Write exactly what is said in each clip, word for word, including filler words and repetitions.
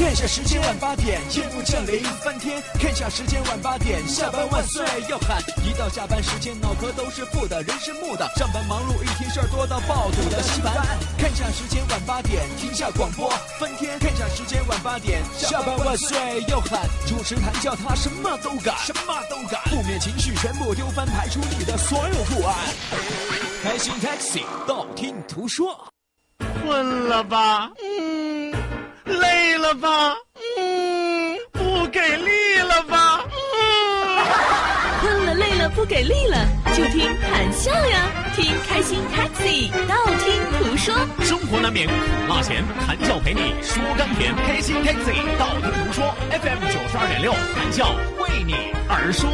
看下时间晚八点，夜幕降临翻天。看下时间晚八点，下班万岁要喊。一到下班时间，脑壳都是负的，人是木的。上班忙碌一天，事儿多到爆肚的稀饭。看下时间晚八点，停下广播翻天。看下时间晚八点，下班万岁要喊。主持谈笑他什么都敢，什么都敢。负面情绪全部丢翻，排除你的所有不安。开心 taxi， 道听途说。 困了吧？嗯。累了吧？嗯。不给力了吧？嗯。 困了累了不给力了，就听谈笑呀，听开心 taxi， 道听途说。 生活难免苦辣咸，谈笑陪你说甘甜。开心 taxi， 道听途说 F M 九十二点六，谈笑为你而说。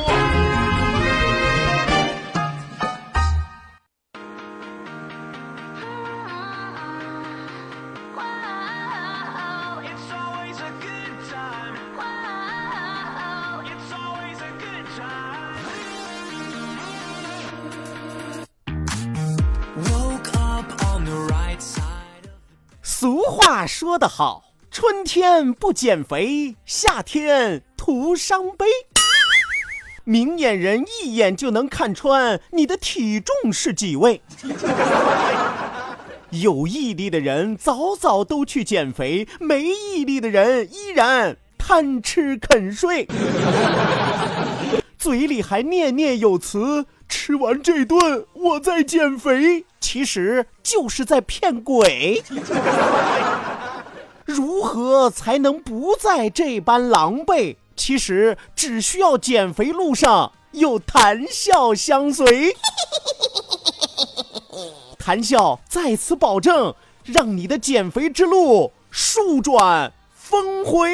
俗话说得好，春天不减肥，夏天徒伤悲。明眼人一眼就能看穿你的体重是几位。有毅力的人早早都去减肥，没毅力的人依然贪吃啃睡，嘴里还念念有词，吃完这顿我在减肥，其实就是在骗鬼。如何才能不再这般狼狈？其实只需要减肥路上有谈笑相随。谈笑在此保证，让你的减肥之路数转峰回。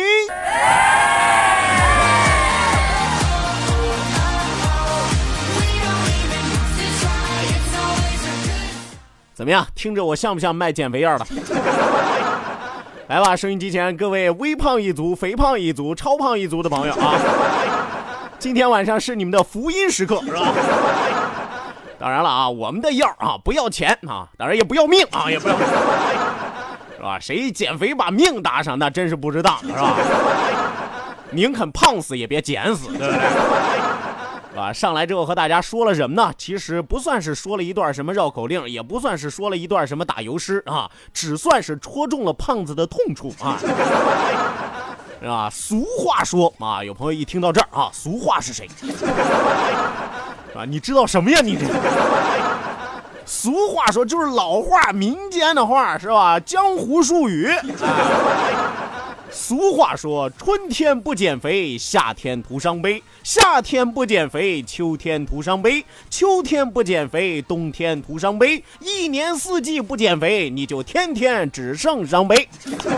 怎么样？听着我像不像卖减肥药的？来吧，收音机前各位微胖一族、肥胖一族、超胖一族的朋友啊，今天晚上是你们的福音时刻，是吧？当然了啊，我们的药啊不要钱啊，当然也不要命啊，也不要，是吧？谁减肥把命搭上，那真是不值当，是吧？宁肯胖死也别减死，对不对？啊，上来之后和大家说了什么呢？其实不算是说了一段什么绕口令，也不算是说了一段什么打油诗啊，只算是戳中了胖子的痛处啊。啊，俗话说啊，有朋友一听到这儿啊，俗话是谁？啊，你知道什么呀？你这俗话说就是老话，民间的话是吧？江湖术语。啊俗话说，春天不减肥，夏天徒伤悲；夏天不减肥，秋天徒伤悲；秋天不减肥，冬天徒伤悲。一年四季不减肥，你就天天只剩伤悲。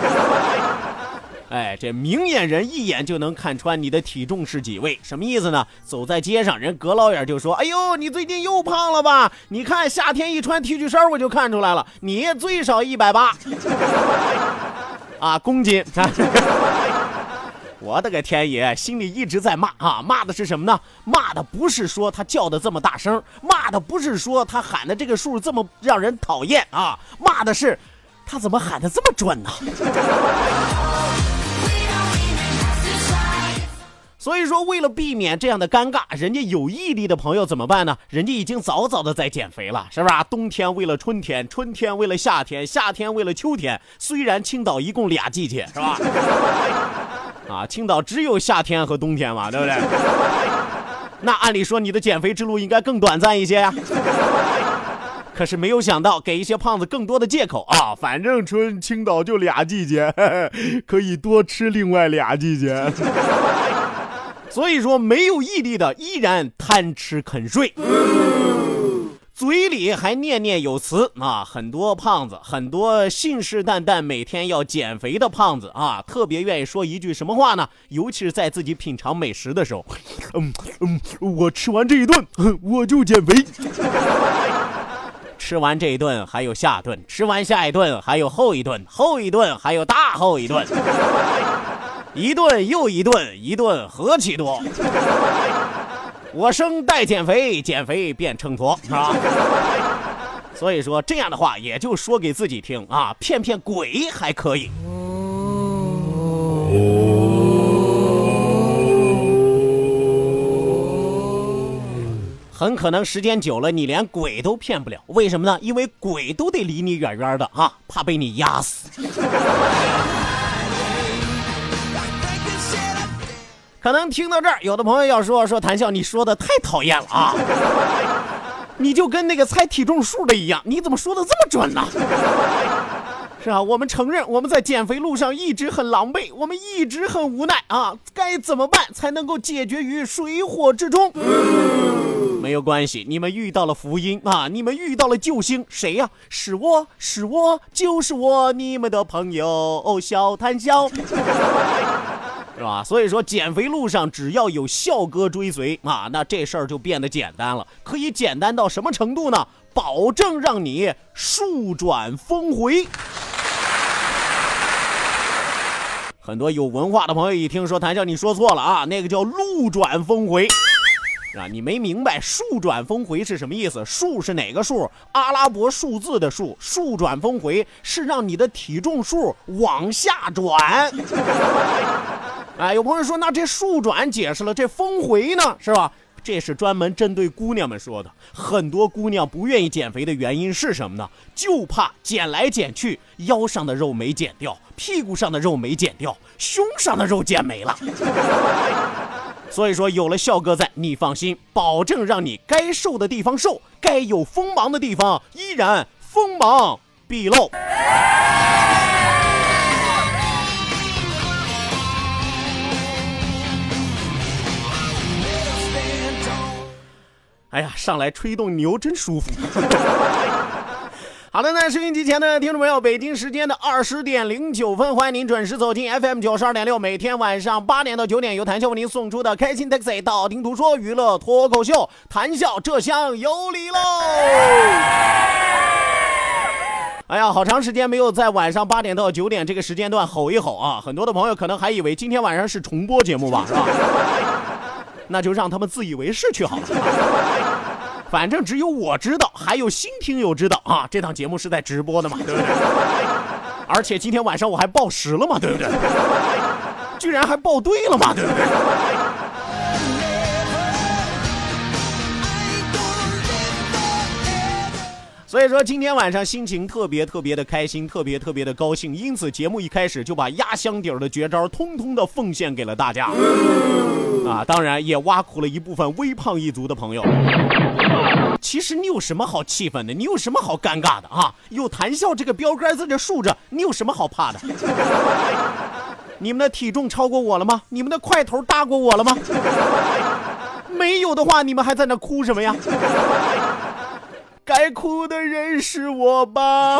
哎，这明眼人一眼就能看穿你的体重是几位，什么意思呢？走在街上，人隔老远就说：“哎呦，你最近又胖了吧？你看夏天一穿 T 恤衫，我就看出来了，你最少一百八。”啊，公斤！我的个天爷，心里一直在骂啊！骂的是什么呢？骂的不是说他叫的这么大声，骂的不是说他喊的这个数这么让人讨厌啊，骂的是他怎么喊的这么准呢？所以说，为了避免这样的尴尬，人家有毅力的朋友怎么办呢？人家已经早早的在减肥了，是吧？冬天为了春天，春天为了夏天，夏天为了秋天。虽然青岛一共俩季节，是吧？啊，青岛只有夏天和冬天嘛，对不对？那按理说你的减肥之路应该更短暂一些呀。可是没有想到，给一些胖子更多的借口啊！反正春青岛就俩季节，呵呵，可以多吃另外俩季节。所以说，没有毅力的依然贪吃啃睡，嘴里还念念有词啊！很多胖子，很多信誓旦旦每天要减肥的胖子啊，特别愿意说一句什么话呢？尤其是在自己品尝美食的时候，嗯嗯，我吃完这一顿，我就减肥。吃完这一顿还有下顿，吃完下一顿还有后一顿，后一顿还有大后一顿。一顿又一顿，一顿何其多！我生代减肥，减肥变秤砣，是吧？所以说这样的话，也就说给自己听啊，骗骗鬼还可以。 很可能时间久了，你连鬼都骗不了。为什么呢？因为鬼都得离你远远的啊，怕被你压死。可能听到这儿，有的朋友要说说谭笑，你说的太讨厌了啊！你就跟那个猜体重数的一样，你怎么说的这么准呢？是啊，我们承认我们在减肥路上一直很狼狈，我们一直很无奈啊，该怎么办才能够解决于水火之中？没有关系，你们遇到了福音啊，你们遇到了救星，谁呀、啊？是我，是我，就是我，你们的朋友哦，小谭笑。是吧？所以说减肥路上只要有笑哥追随啊，那这事儿就变得简单了。可以简单到什么程度呢？保证让你数转峰回。很多有文化的朋友一听说谭笑你说错了啊，那个叫路转峰回啊，你没明白数转峰回是什么意思？数是哪个数？阿拉伯数字的数。数转峰回是让你的体重数往下转。哎，有朋友说，那这数转解释了，这峰回呢，是吧？这是专门针对姑娘们说的。很多姑娘不愿意减肥的原因是什么呢？就怕减来减去，腰上的肉没减掉，屁股上的肉没减掉，胸上的肉减没了。所以说，有了笑哥在，你放心，保证让你该瘦的地方瘦，该有锋芒的地方依然锋芒毕露。哎呀，上来吹动牛真舒服。好的，那收音机前的听众朋友，北京时间的二十点零九分，欢迎您准时走进 F M 九十二点六，每天晚上八点到九点，由谭笑为您送出的开心 Taxi 道听途说娱乐脱口秀，谭笑这厢有礼喽。哎呀，好长时间没有在晚上八点到九点这个时间段吼一吼啊！很多的朋友可能还以为今天晚上是重播节目吧，是吧？那就让他们自以为是去好了。反正只有我知道，还有新听友知道啊，这档节目是在直播的嘛，对不对？而且今天晚上我还报时了嘛，对不对？居然还报对了嘛，对不对？所以说今天晚上心情特别特别的开心，特别特别的高兴，因此节目一开始就把压箱底儿的绝招通通的奉献给了大家啊！当然也挖苦了一部分微胖一族的朋友。其实你有什么好气愤的？你有什么好尴尬的啊？有谈笑这个标杆在这竖着，你有什么好怕的？你们的体重超过我了吗？你们的块头大过我了吗？没有的话，你们还在那哭什么呀？该哭的人是我吧。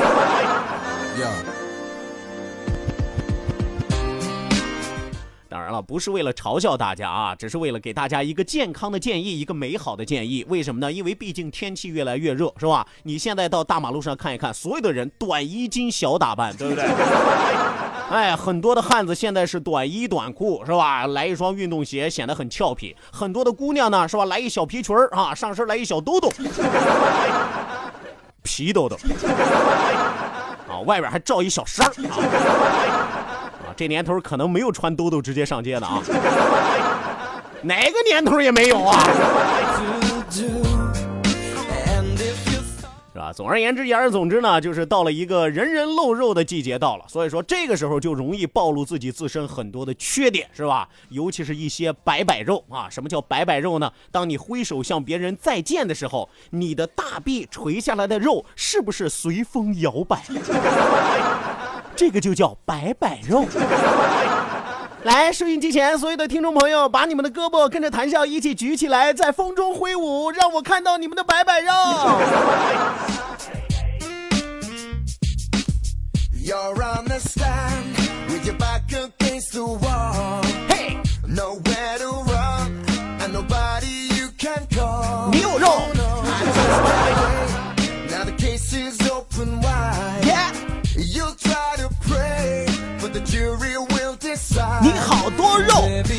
当然了，不是为了嘲笑大家啊，只是为了给大家一个健康的建议，一个美好的建议。为什么呢？因为毕竟天气越来越热，是吧？你现在到大马路上看一看，所有的人短衣襟小打扮，对不对？哎，很多的汉子现在是短衣短裤，是吧？来一双运动鞋显得很俏皮。很多的姑娘呢，是吧？来一小皮裙啊，上身来一小兜兜，皮兜兜啊，外边还罩一小衫啊。啊，这年头可能没有穿兜兜直接上街的啊，哪个年头也没有啊。是吧？总而言之，言而总之呢，就是到了一个人人露肉的季节到了，所以说这个时候就容易暴露自己自身很多的缺点，是吧？尤其是一些摆摆肉啊。什么叫摆摆肉呢？当你挥手向别人再见的时候，你的大臂垂下来的肉是不是随风摇摆？这个就叫摆摆肉。来，收音机前所有的听众朋友，把你们的胳膊跟着谈笑一起举起来，在风中挥舞，让我看到你们的摆摆肉。You're on the stand with your back against the wall. Hey, nowhere to run and nobody you can call. 你有肉。I just can't wait. Now the case is open wide. Yeah. You'll try to pray, but the jury will decide. 你好多肉。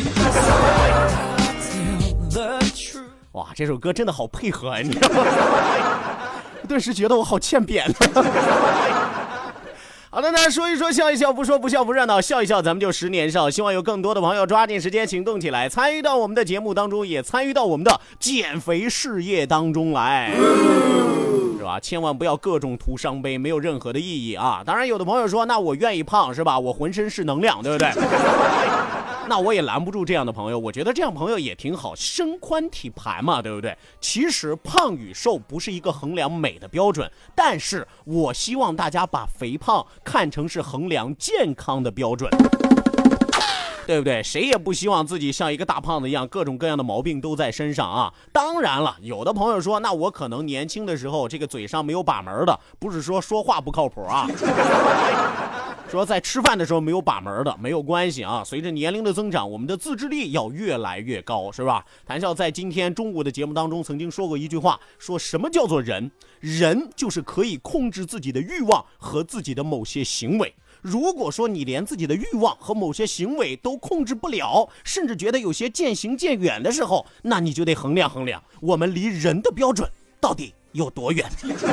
哇，这首歌真的好配合啊！你知道吗？顿时觉得我好欠扁。 好的，那说一说笑一笑，不说不笑不热闹，笑一笑咱们就十年少。希望有更多的朋友抓紧时间行动起来，参与到我们的节目当中，也参与到我们的减肥事业当中来，是吧？千万不要各种图伤悲，没有任何的意义啊！当然有的朋友说，那我愿意胖是吧？我浑身是能量，对不对？那我也拦不住这样的朋友，我觉得这样朋友也挺好，身宽体盘嘛，对不对？其实胖与瘦不是一个衡量美的标准，但是我希望大家把肥胖看成是衡量健康的标准，对不对？谁也不希望自己像一个大胖子一样，各种各样的毛病都在身上啊。当然了，有的朋友说，那我可能年轻的时候这个嘴上没有把门的，不是说说话不靠谱啊。说在吃饭的时候没有把门的，没有关系啊。随着年龄的增长，我们的自制力要越来越高，是吧？谭笑在今天中午的节目当中曾经说过一句话，说什么叫做人？人就是可以控制自己的欲望和自己的某些行为。如果说你连自己的欲望和某些行为都控制不了，甚至觉得有些渐行渐远的时候，那你就得衡量衡量，我们离人的标准到底有多远。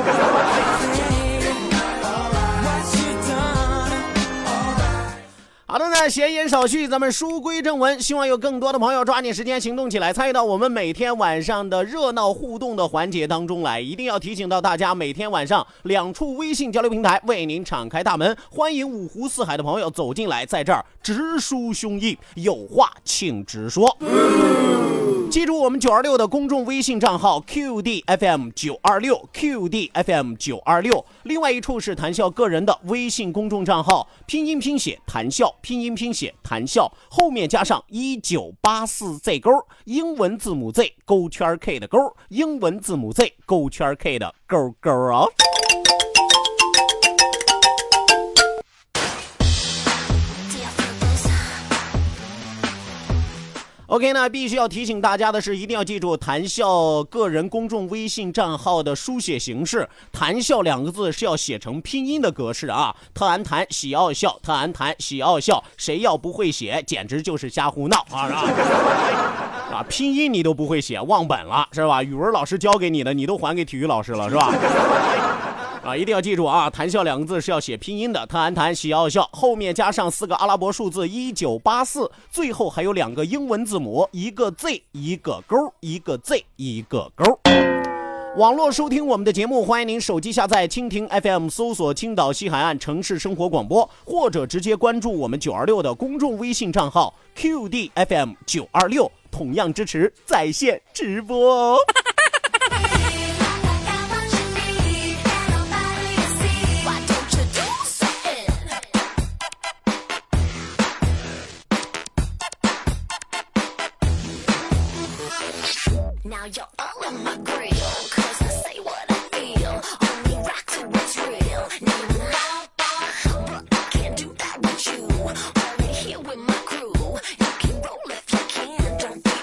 好的呢，闲言少叙，咱们书归正文。希望有更多的朋友抓紧时间行动起来，参与到我们每天晚上的热闹互动的环节当中来。一定要提醒到大家，每天晚上两处微信交流平台为您敞开大门，欢迎五湖四海的朋友走进来，在这儿直抒胸臆，有话请直说。记住我们九二六的公众微信账号 Q D F M 九二六 Q D F M 九二六，另外一处是谭笑个人的微信公众账号，拼音拼写谭笑，拼音拼写谭笑，后面加上一九八四 Z 勾，英文字母 Z 勾圈 K 的勾，英文字母 Z 勾圈 K 的勾勾哦。OK， 那必须要提醒大家的是，一定要记住谭笑个人公众微信账号的书写形式，谭笑两个字是要写成拼音的格式啊，特安谭喜奥笑，特安谭喜奥笑，谁要不会写，简直就是瞎胡闹啊！是吧？啊，拼音你都不会写，忘本了是吧？语文老师教给你的，你都还给体育老师了是吧？啊，一定要记住啊！谭笑两个字是要写拼音的，特安谭喜奥笑，后面加上四个阿拉伯数字一九八四，最后还有两个英文字母，一个 Z 一个勾，一个 Z 一个勾。网络收听我们的节目，欢迎您手机下载蜻蜓 F M， 搜索青岛西海岸城市生活广播，或者直接关注我们九二六的公众微信账号 Q D F M 九二六，同样支持在线直播哦。Now you're all in my grill, cause I say what I feel, only rock to what's real. Now but I can't do that with you, only here with my crew. You can roll if you can, don't be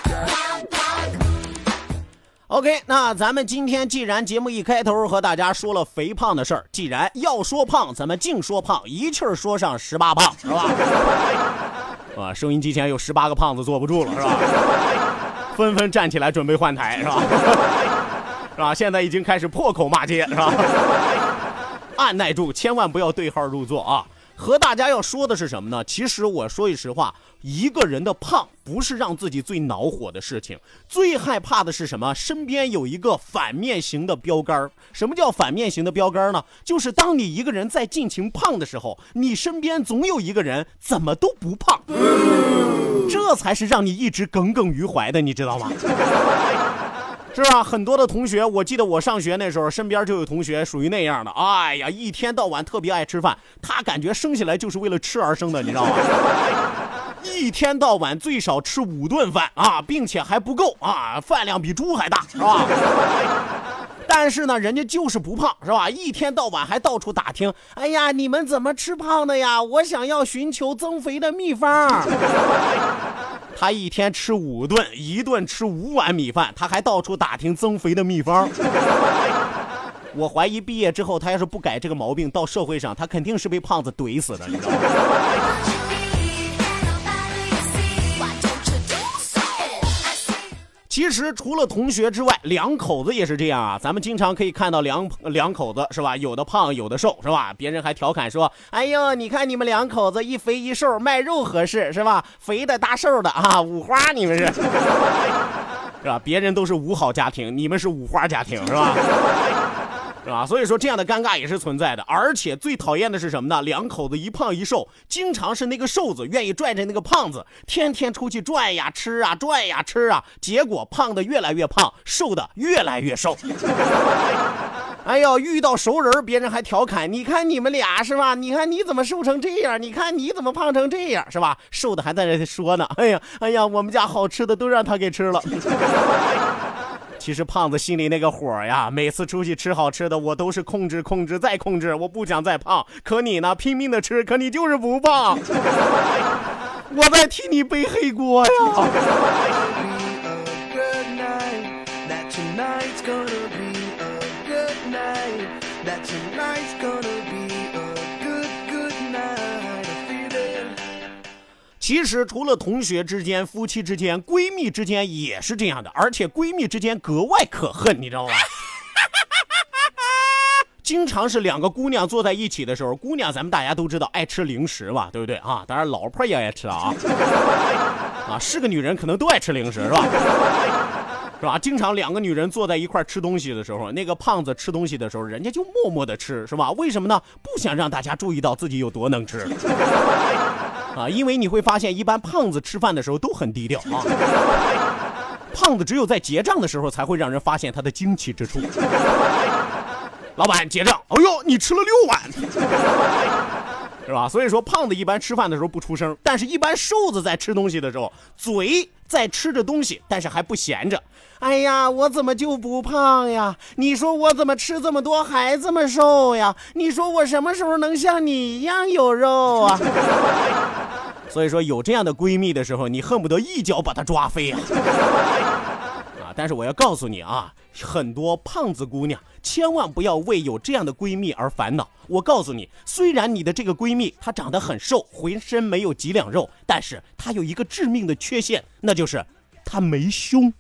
OK， 那咱们今天既然节目一开头和大家说了肥胖的事儿，既然要说胖，咱们净说胖，一气儿说上十八胖，是吧？啊，收音机前有十八个胖子坐不住了，是吧？纷纷站起来准备换台，是吧？是吧？现在已经开始破口骂街，是吧？按耐住，千万不要对号入座啊！和大家要说的是什么呢？其实我说句实话，一个人的胖不是让自己最恼火的事情，最害怕的是什么？身边有一个反面型的标杆。什么叫反面型的标杆呢？就是当你一个人在尽情胖的时候，你身边总有一个人怎么都不胖，这才是让你一直耿耿于怀的，你知道吗？是吧？很多的同学，我记得我上学那时候，身边就有同学属于那样的，哎呀，一天到晚特别爱吃饭，他感觉生下来就是为了吃而生的，你知道吗？一天到晚最少吃五顿饭啊，并且还不够啊，饭量比猪还大，是吧？但是呢，人家就是不胖，是吧？一天到晚还到处打听，哎呀，你们怎么吃胖的呀？我想要寻求增肥的秘方。他一天吃五顿，一顿吃五碗米饭，他还到处打听增肥的秘方。我怀疑毕业之后，他要是不改这个毛病，到社会上他肯定是被胖子怼死的，你知道吗？ 其实除了同学之外，两口子也是这样啊。咱们经常可以看到两两口子是吧，有的胖有的瘦是吧，别人还调侃说，哎呦你看你们两口子一肥一瘦，卖肉合适是吧，肥的搭瘦的啊，五花你们是是吧，别人都是五好家庭，你们是五花家庭是吧是吧？所以说这样的尴尬也是存在的。而且最讨厌的是什么呢？两口子一胖一瘦，经常是那个瘦子愿意拽着那个胖子，天天出去转呀吃啊转呀吃啊，结果胖的越来越胖，瘦的越来越瘦。哎呦，遇到熟人别人还调侃，你看你们俩是吧，你看你怎么瘦成这样，你看你怎么胖成这样是吧，瘦的还在这说呢，哎呀哎呀，我们家好吃的都让他给吃了。其实胖子心里那个火呀，每次出去吃好吃的，我都是控制控制再控制，我不想再胖。可你呢，拼命的吃，可你就是不胖。我在替你背黑锅呀。其实除了同学之间、夫妻之间、闺蜜之间也是这样的，而且闺蜜之间格外可恨，你知道吗？经常是两个姑娘坐在一起的时候，姑娘咱们大家都知道爱吃零食嘛，对不对啊？当然老婆也爱吃啊，啊，是个女人可能都爱吃零食是吧？是吧？经常两个女人坐在一块吃东西的时候，那个胖子吃东西的时候，人家就默默的吃，是吧？为什么呢？不想让大家注意到自己有多能吃。啊，因为你会发现，一般胖子吃饭的时候都很低调啊。胖子只有在结账的时候才会让人发现他的惊奇之处。老板结账，哎呦，你吃了六碗，是吧？所以说，胖子一般吃饭的时候不出声，但是一般瘦子在吃东西的时候，嘴在吃着东西，但是还不闲着。哎呀，我怎么就不胖呀？你说我怎么吃这么多还这么瘦呀？你说我什么时候能像你一样有肉啊？所以说有这样的闺蜜的时候，你恨不得一脚把她抓飞呀！啊，但是我要告诉你啊，很多胖子姑娘千万不要为有这样的闺蜜而烦恼。我告诉你，虽然你的这个闺蜜她长得很瘦，浑身没有几两肉，但是她有一个致命的缺陷，那就是她没胸。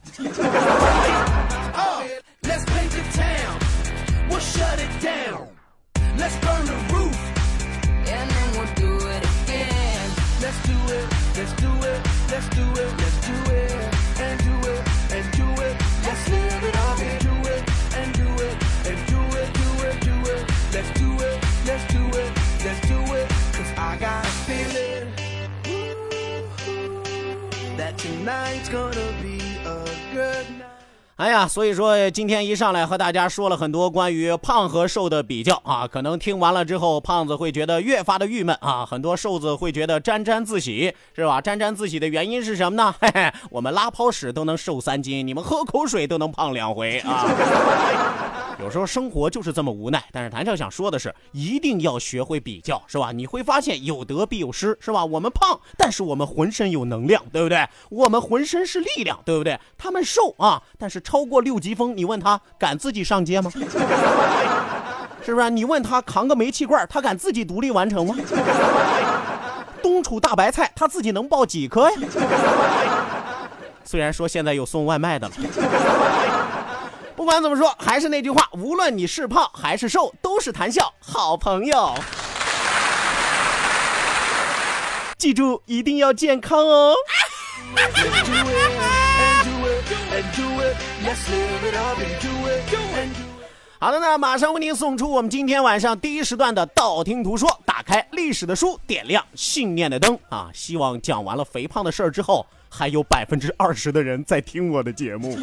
哎呀，所以说今天一上来和大家说了很多关于胖和瘦的比较啊，可能听完了之后，胖子会觉得越发的郁闷啊，很多瘦子会觉得沾沾自喜，是吧？沾沾自喜的原因是什么呢？嘿嘿，我们拉泡屎都能瘦三斤，你们喝口水都能胖两回啊！有时候生活就是这么无奈，但是谭笑想说的是，一定要学会比较，是吧？你会发现有得必有失，是吧？我们胖，但是我们浑身有能量，对不对？我们浑身是力量，对不对？他们瘦啊，但是超过六级风，你问他敢自己上街吗？是不是？你问他扛个煤气罐，他敢自己独立完成吗？冬储大白菜，他自己能抱几颗呀？虽然说现在有送外卖的了。不管怎么说，还是那句话，无论你是胖还是瘦，都是谈笑好朋友。记住，一定要健康哦。好的呢，马上为您送出我们今天晚上第一时段的道听途说，打开历史的书，点亮信念的灯啊！希望讲完了肥胖的事儿之后，还有百分之二十的人在听我的节目。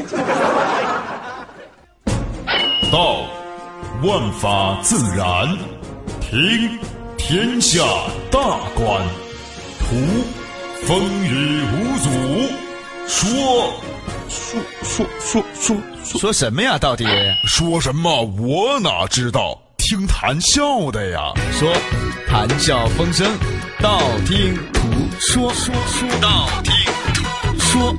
道，万法自然；听，天下大观；图，风雨无阻；说， 说说说说说什么呀？到底说什么？我哪知道？听谈笑的呀。 说，谈笑风生，道听途说，说说道听途说。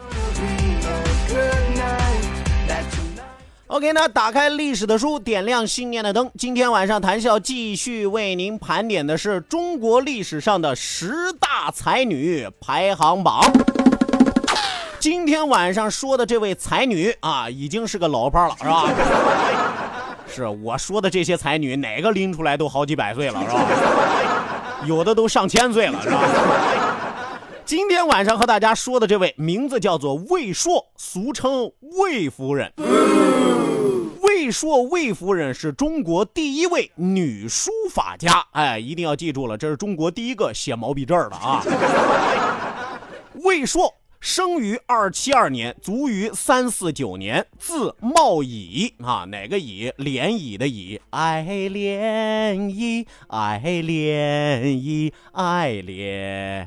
OK 呢，打开历史的书，点亮信念的灯。今天晚上谈笑继续为您盘点的是中国历史上的十大才女排行榜。 今天晚上说的这位才女啊，已经是个老婆了，是吧？是我说的这些才女，哪个拎出来都好几百岁了，是吧？有的都上千岁了，是吧？今天晚上和大家说的这位名字叫做魏硕，俗称魏夫人。魏硕魏夫人是中国第一位女书法家，哎，一定要记住了，这是中国第一个写毛笔字的啊。魏硕生于二七二年，卒于三四九年，字茂乙啊，哪个乙？涟漪的乙，爱涟漪，爱涟漪，爱涟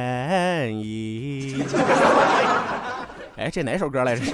漪。哎，这哪首歌来着？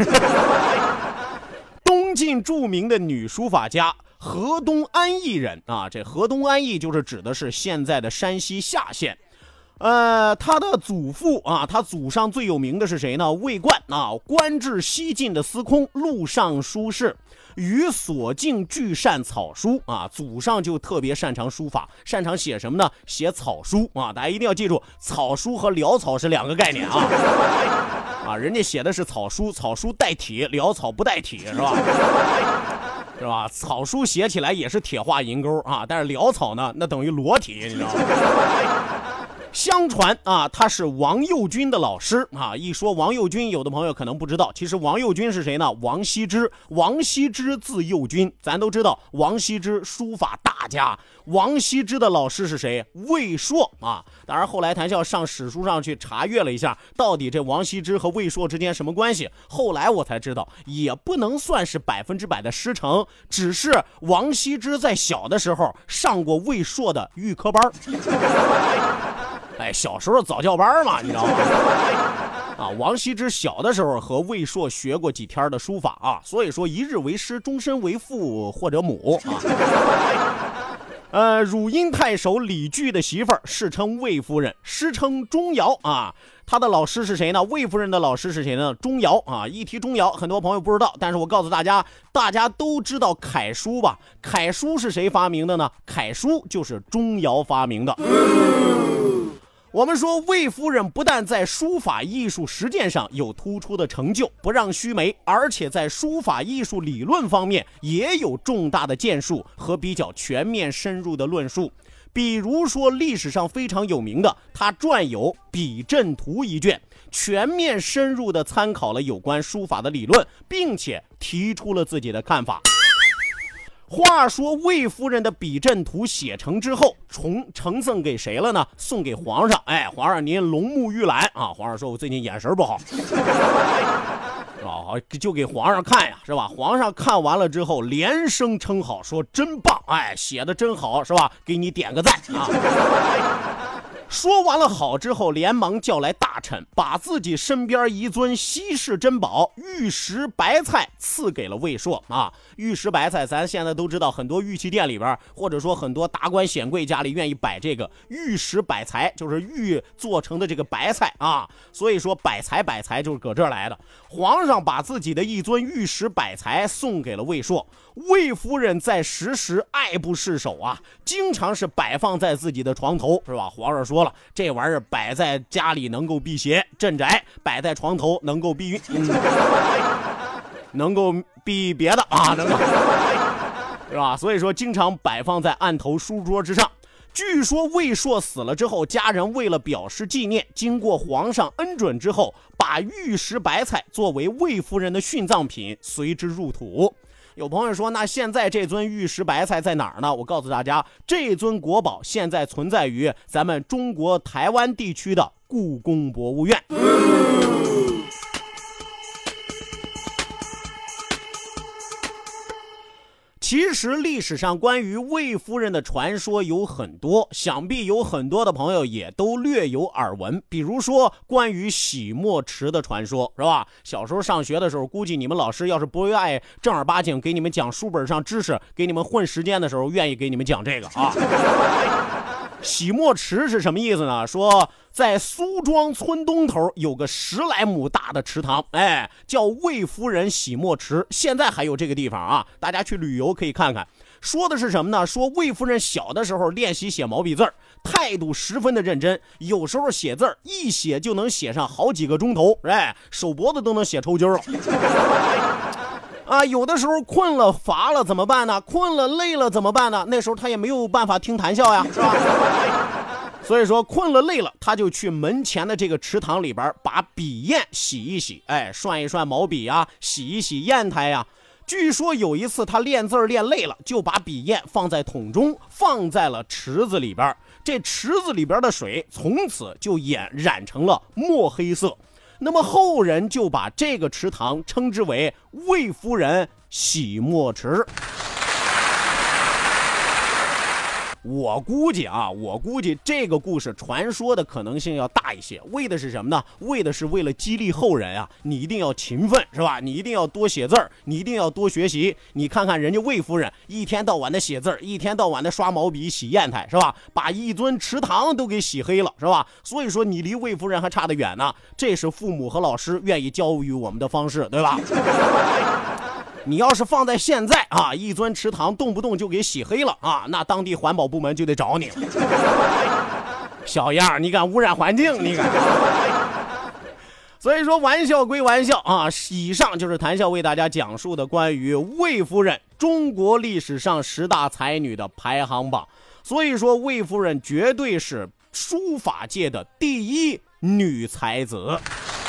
东晋著名的女书法家河东安邑人啊，这河东安邑就是指的是现在的山西夏县。呃，他的祖父啊，他祖上最有名的是谁呢？魏冠啊，官至西晋的司空、录尚书事，与所敬俱善草书啊，祖上就特别擅长书法，擅长写什么呢？写草书啊，大家一定要记住，草书和潦草是两个概念啊。啊，人家写的是草书，草书带体，潦草不带体，是吧？是吧？草书写起来也是铁画银钩啊，但是潦草呢，那等于裸体，你知道吗？相传啊，他是王右军的老师啊。一说王右军，有的朋友可能不知道，其实王右军是谁呢？王羲之，王羲之字右军，咱都知道，王羲之书法大家。王羲之的老师是谁？魏硕啊。当然，后来谈笑上史书上去查阅了一下，到底这王羲之和魏硕之间什么关系？后来我才知道，也不能算是百分之百的师承，只是王羲之在小的时候上过魏硕的预科班。哎，小时候早教班嘛，你知道吗？啊，王羲之小的时候和魏硕学过几天的书法啊，所以说一日为师，终身为父或者母啊。呃，汝阴太守李据的媳妇儿，世称魏夫人，师称钟繇啊。他的老师是谁呢？魏夫人的老师是谁呢？钟繇啊。一提钟繇，很多朋友不知道，但是我告诉大家，大家都知道楷书吧？楷书是谁发明的呢？楷书就是钟繇发明的。我们说魏夫人不但在书法艺术实践上有突出的成就，不让须眉，而且在书法艺术理论方面也有重大的建树和比较全面深入的论述。比如说历史上非常有名的，他撰有《笔阵图》一卷，全面深入地参考了有关书法的理论，并且提出了自己的看法。话说魏夫人的笔阵图写成之后，呈呈赠给谁了呢？送给皇上。哎，皇上您龙目玉览啊！皇上说我最近眼神不好，啊，就给皇上看呀，是吧？皇上看完了之后连声称好，说真棒，哎，写的真好，是吧？给你点个赞啊！说完了好之后，连忙叫来大臣，把自己身边一尊稀世珍宝玉石白菜赐给了魏硕啊。玉石白菜咱现在都知道，很多玉器店里边，或者说很多达官显贵家里愿意摆这个玉石百财，就是玉做成的这个白菜啊。所以说百财百财就是搁这儿来的。皇上把自己的一尊玉石百财送给了魏硕，魏夫人在时时爱不释手啊，经常是摆放在自己的床头，是吧？皇上说了，这玩意儿摆在家里能够辟邪镇宅，摆在床头能够避孕、嗯、能够避别的啊，能够是吧？所以说经常摆放在案头书桌之上。据说魏硕死了之后，家人为了表示纪念，经过皇上恩准之后，把玉石白菜作为魏夫人的殉葬品随之入土。有朋友说，那现在这尊玉石白菜在哪儿呢？我告诉大家，这尊国宝现在存在于咱们中国台湾地区的故宫博物院。其实历史上关于魏夫人的传说有很多，想必有很多的朋友也都略有耳闻。比如说关于洗墨池的传说，是吧？小时候上学的时候，估计你们老师要是不爱正儿八经给你们讲书本上知识，给你们混时间的时候，愿意给你们讲这个啊。洗墨池是什么意思呢？说在苏庄村东头有个十来亩大的池塘，哎，叫魏夫人洗墨池，现在还有这个地方啊，大家去旅游可以看看。 说的是什么呢？说魏夫人小的时候练习写毛笔字儿，态度十分的认真，有时候写字儿一写就能写上好几个钟头，哎，手脖子都能写抽筋了。啊，有的时候困了乏了怎么办呢？困了累了怎么办呢？那时候他也没有办法听谈笑呀，是吧？所以说困了累了，他就去门前的这个池塘里边把笔砚洗一洗，哎，涮一涮毛笔啊，洗一洗砚台呀。据说有一次他练字练累了，就把笔砚放在桶中，放在了池子里边，这池子里边的水从此就染染成了墨黑色。那么后人就把这个池塘称之为魏夫人洗墨池。我估计啊，我估计这个故事传说的可能性要大一些，为的是什么呢？为的是为了激励后人啊，你一定要勤奋，是吧？你一定要多写字儿，你一定要多学习。你看看人家魏夫人，一天到晚的写字儿，一天到晚的刷毛笔、洗砚台，是吧？把一尊池塘都给洗黑了，是吧？所以说你离魏夫人还差得远呢。这是父母和老师愿意教育我们的方式，对吧？你要是放在现在啊，一尊池塘动不动就给洗黑了啊，那当地环保部门就得找你了。小样，你敢污染环境，你敢？所以说玩笑归玩笑啊，以上就是谈笑为大家讲述的关于魏夫人中国历史上十大才女的排行榜。所以说魏夫人绝对是书法界的第一女才子。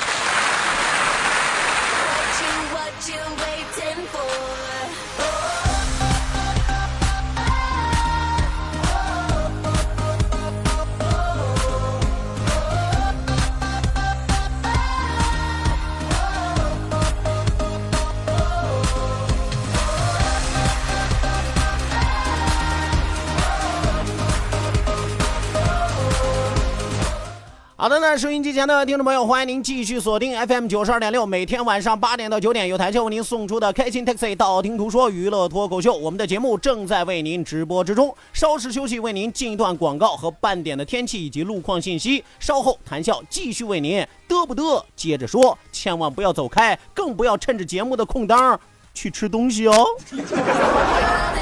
好的呢，收音机前的听众朋友，欢迎您继续锁定 F M 九十二点六，每天晚上八点到九点，由台秀为您送出的开心 Taxi 道听途说娱乐脱口秀。我们的节目正在为您直播之中，稍事休息，为您进一段广告和半点的天气以及路况信息。稍后谈笑继续为您嘚不嘚接着说，千万不要走开，更不要趁着节目的空档去吃东西哦。